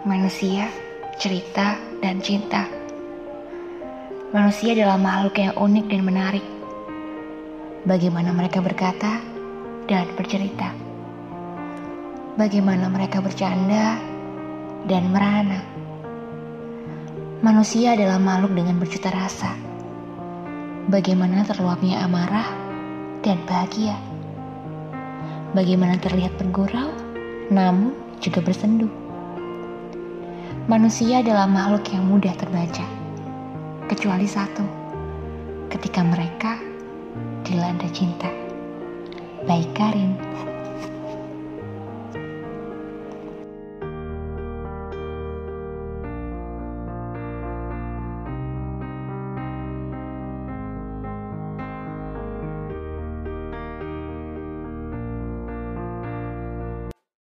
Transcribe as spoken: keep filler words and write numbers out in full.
manusia, cerita, dan cinta. Manusia adalah makhluk yang unik dan menarik. Bagaimana mereka berkata dan bercerita. Bagaimana mereka bercanda dan merana. Manusia adalah makhluk dengan berjuta rasa. Bagaimana terluapnya amarah dan bahagia. Bagaimana terlihat bergurau, namun juga bersendu. Manusia adalah makhluk yang mudah terbaca, kecuali satu, ketika mereka dilanda cinta. Baik Karin.